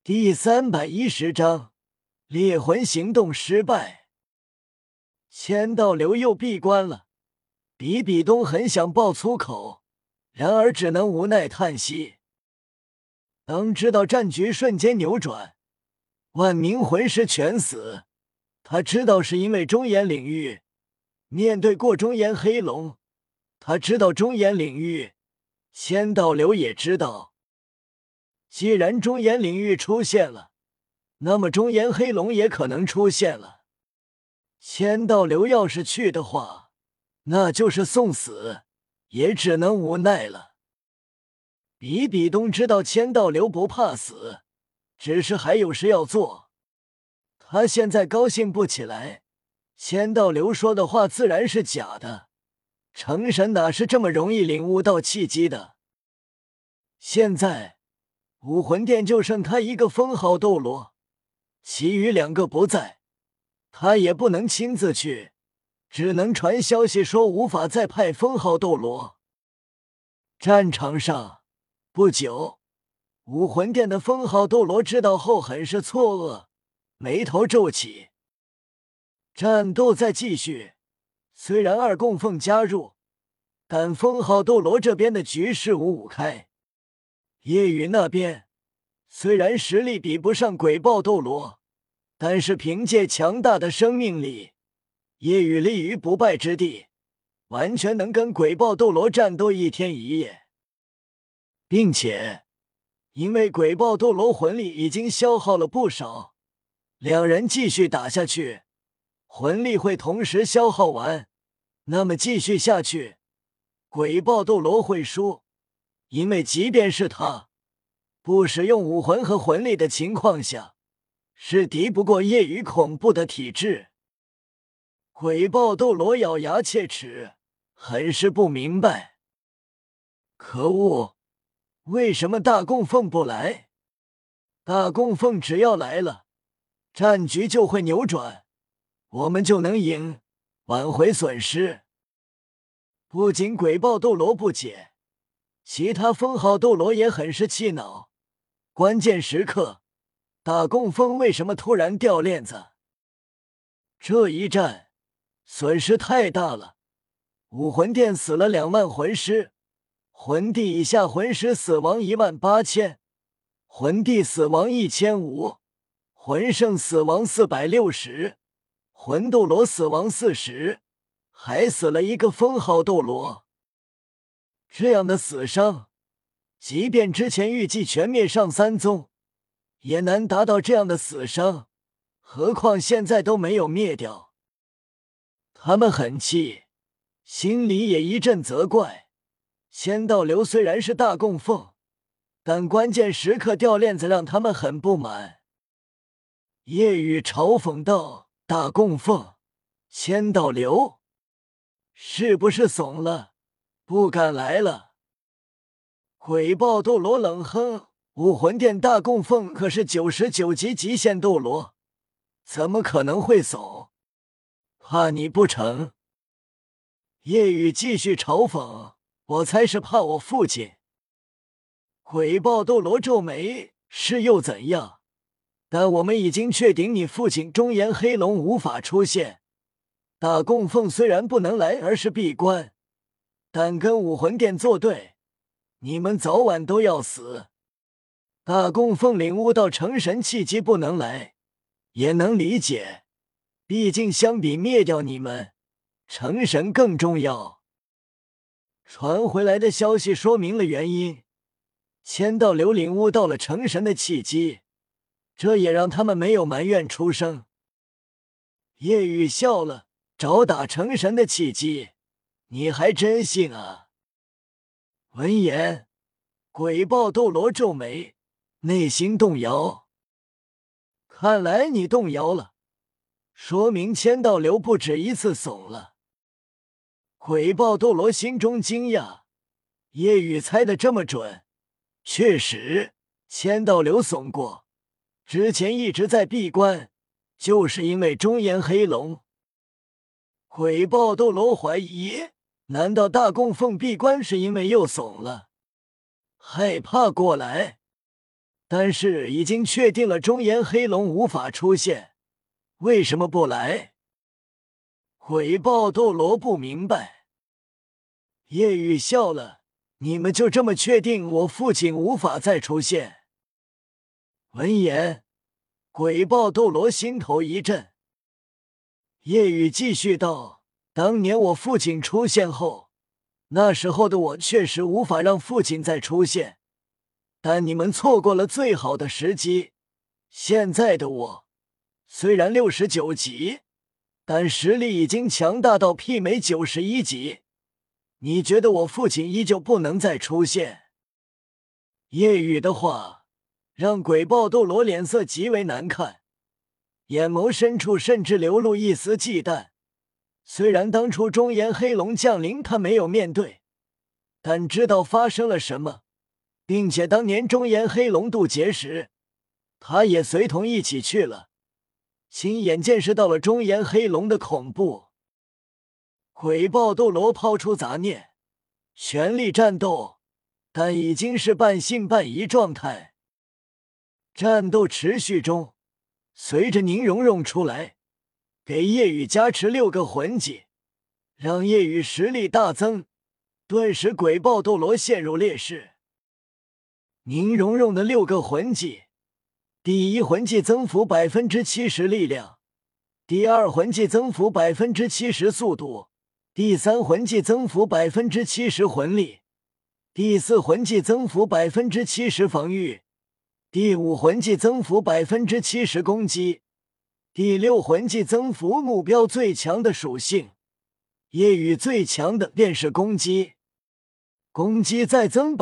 第310章猎魂行动失败。千道流又闭关了，比比东很想爆粗口，然而只能无奈叹息。当知道战局瞬间扭转，万名魂师全死，他知道是因为中原领域。面对过中原黑龙，他知道中原领域，千道流也知道。既然中原领域出现了，那么中原黑龙也可能出现了。千道流要是去的话，那就是送死，也只能无奈了。比比东知道千道流不怕死，只是还有事要做。他现在高兴不起来，千道流说的话自然是假的。成神哪是这么容易领悟到契机的？现在武魂殿就剩他一个封号斗罗，其余2个不在，他也不能亲自去，只能传消息说无法再派封号斗罗。战场上，不久，武魂殿的封号斗罗知道后很是错愕，眉头皱起。战斗在继续，虽然二供奉加入，但封号斗罗这边的局势五五开。夜雨那边虽然实力比不上鬼豹斗罗，但是凭借强大的生命力，夜雨立于不败之地，完全能跟鬼豹斗罗战斗1天1夜。并且因为鬼豹斗罗魂力已经消耗了不少，2人继续打下去，魂力会同时消耗完，那么继续下去，鬼豹斗罗会输。因为即便是他不使用武魂和魂力的情况下，是敌不过夜雨恐怖的体质。鬼豹斗罗咬牙切齿，很是不明白。可恶，为什么大供奉不来？大供奉只要来了，战局就会扭转，我们就能赢，挽回损失。不仅鬼豹斗罗不解，其他封号斗罗也很是气恼。关键时刻，大供奉为什么突然掉链子？这一战损失太大了，武魂殿死了2万魂师，魂帝以下魂师死亡18000，魂帝死亡1500，魂圣死亡460，魂斗罗死亡40，还死了1个封号斗罗。这样的死伤，即便之前预计全灭上3宗，也难达到这样的死伤，何况现在都没有灭掉。他们很气，心里也一阵责怪。千道流虽然是大供奉，但关键时刻掉链子让他们很不满。夜雨嘲讽道：“大供奉，千道流，是不是怂了，不敢来了？”鬼豹斗罗冷哼：“武魂殿大供奉可是99级极限斗罗，怎么可能会怂？怕你不成？”夜雨继续嘲讽：“我才是怕我父亲。”鬼豹斗罗皱眉：“是又怎样？但我们已经确定你父亲中原黑龙无法出现。大供奉虽然不能来，而是闭关，但跟武魂殿作对，你们早晚都要死。大供奉领悟到成神契机不能来，也能理解，毕竟相比灭掉你们，成神更重要。”传回来的消息说明了原因，千道流领悟到了成神的契机，这也让他们没有埋怨出声。夜雨笑了：“找打成神的契机，你还真信啊？”闻言，鬼豹斗罗皱眉，内心动摇。看来你动摇了，说明千道流不止一次怂了。鬼豹斗罗心中惊讶，夜雨猜得这么准，确实，千道流怂过，之前一直在闭关，就是因为中原黑龙。鬼豹斗罗怀疑，难道大供奉闭关是因为又怂了，害怕过来？ 但是已经确定了中炎黑龙无法出现，为什么不来？鬼豹斗罗不明白。夜雨笑了，你们就这么确定我父亲无法再出现？闻言，鬼豹斗罗心头一震。夜雨继续道，当年我父亲出现后，那时候的我确实无法让父亲再出现，但你们错过了最好的时机。现在的我虽然69级，但实力已经强大到媲美91级。你觉得我父亲依旧不能再出现？夜雨的话让鬼豹斗罗脸色极为难看，眼眸深处甚至流露一丝忌惮。虽然当初中炎黑龙降临他没有面对，但知道发生了什么，并且当年中炎黑龙渡劫时，他也随同一起去了，亲眼见识到了中炎黑龙的恐怖。鬼豹斗罗抛出杂念，全力战斗，但已经是半信半疑状态。战斗持续中，随着宁荣荣出来，给夜雨加持6个魂技，让夜雨实力大增，顿时鬼豹斗罗陷入劣势。宁荣荣的6个魂技，第一魂技增幅 70% 力量，第二魂技增幅 70% 速度，第三魂技增幅 70% 魂力，第四魂技增幅 70% 防御，第五魂技增幅 70% 攻击，第六魂技增幅目标最强的属性。夜雨最强的便是攻击，攻击再增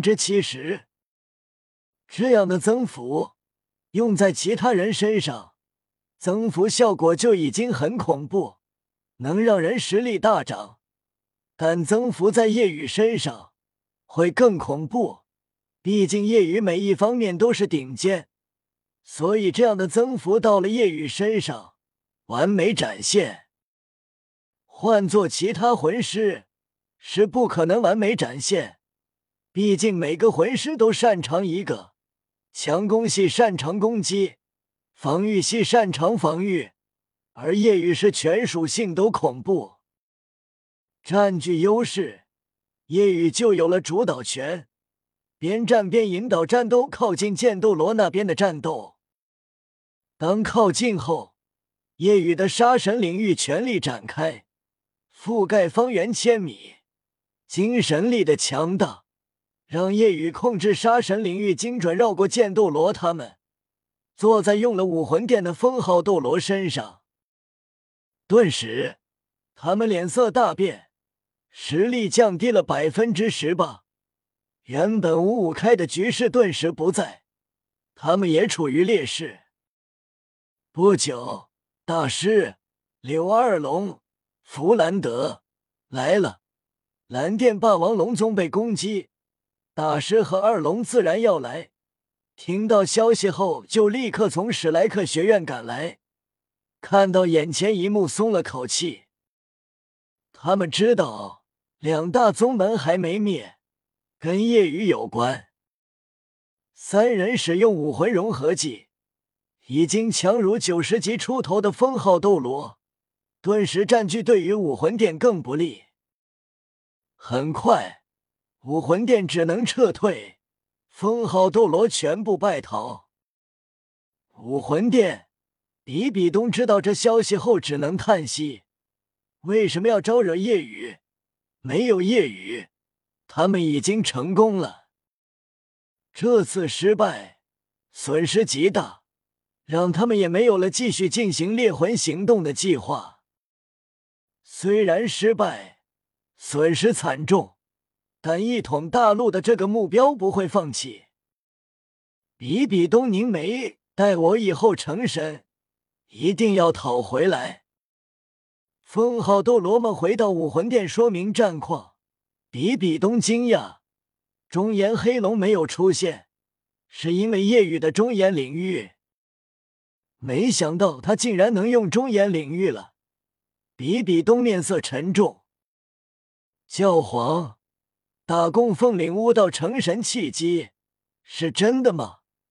70%。这样的增幅用在其他人身上，增幅效果就已经很恐怖，能让人实力大涨，但增幅在夜雨身上会更恐怖，毕竟夜雨每一方面都是顶尖，所以这样的增幅到了夜雨身上完美展现。换做其他魂师是不可能完美展现，毕竟每个魂师都擅长一个，强攻系擅长攻击，防御系擅长防御，而夜雨是全属性都恐怖。占据优势，夜雨就有了主导权，边战边引导战斗靠近剑斗罗那边的战斗。当靠近后，夜雨的杀神领域全力展开，覆盖方圆1000米，精神力的强大让夜雨控制杀神领域精准绕过剑斗罗他们，坐在用了武魂殿的封号斗罗身上。顿时他们脸色大变，实力降低了 18%， 原本5-5开的局势顿时不在，他们也处于劣势。不久，大师、柳二龙、弗兰德来了。蓝电霸王龙宗被攻击，大师和二龙自然要来。听到消息后，就立刻从史莱克学院赶来。看到眼前一幕，松了口气。他们知道2大宗门还没灭，跟夜雨有关。3人使用武魂融合技，已经强如90级出头的封号斗罗，顿时占据对于武魂殿更不利。很快，武魂殿只能撤退，封号斗罗全部败逃。武魂殿，比比东知道这消息后只能叹息，为什么要招惹夜雨？没有夜雨，他们已经成功了。这次失败，损失极大，让他们也没有了继续进行猎魂行动的计划。虽然失败，损失惨重，但一统大陆的这个目标不会放弃。比比东凝眉，待我以后成神，一定要讨回来。封号斗罗们回到武魂殿说明战况，比比东惊讶，中炎黑龙没有出现，是因为夜雨的中炎领域。没想到他竟然能用中炎领域了，比比东面色沉重。教皇，大供奉领悟到成神契机，是真的吗？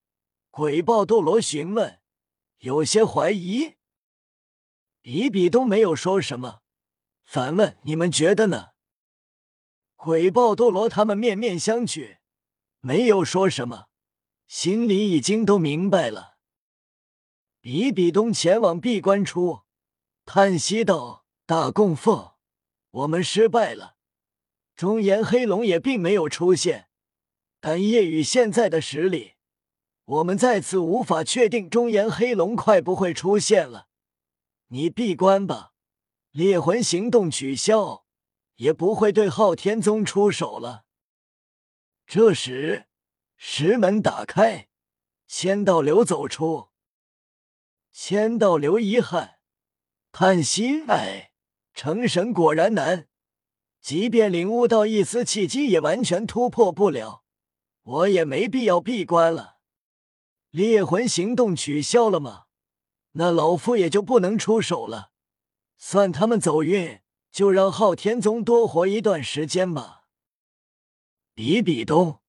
鬼豹斗罗询问，有些怀疑。比比东没有说什么，反问：“你们觉得呢？”鬼豹斗罗他们面面相觑，没有说什么，心里已经都明白了。比比东前往闭关处，叹息道：“大供奉，我们失败了。中炎黑龙也并没有出现，但夜雨现在的实力，我们再次无法确定中炎黑龙快不会出现了。你闭关吧，猎魂行动取消，也不会对昊天宗出手了。”这时，石门打开，千道流走出。千道流遗憾叹息：“哎，成神果然难，即便领悟到一丝契机，也完全突破不了。我也没必要闭关了。猎魂行动取消了吗？那老夫也就不能出手了。算他们走运，就让昊天宗多活一段时间吧。”比比东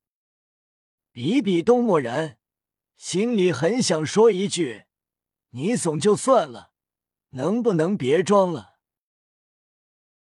默然，心里很想说一句：“你怂就算了，能不能别装了？”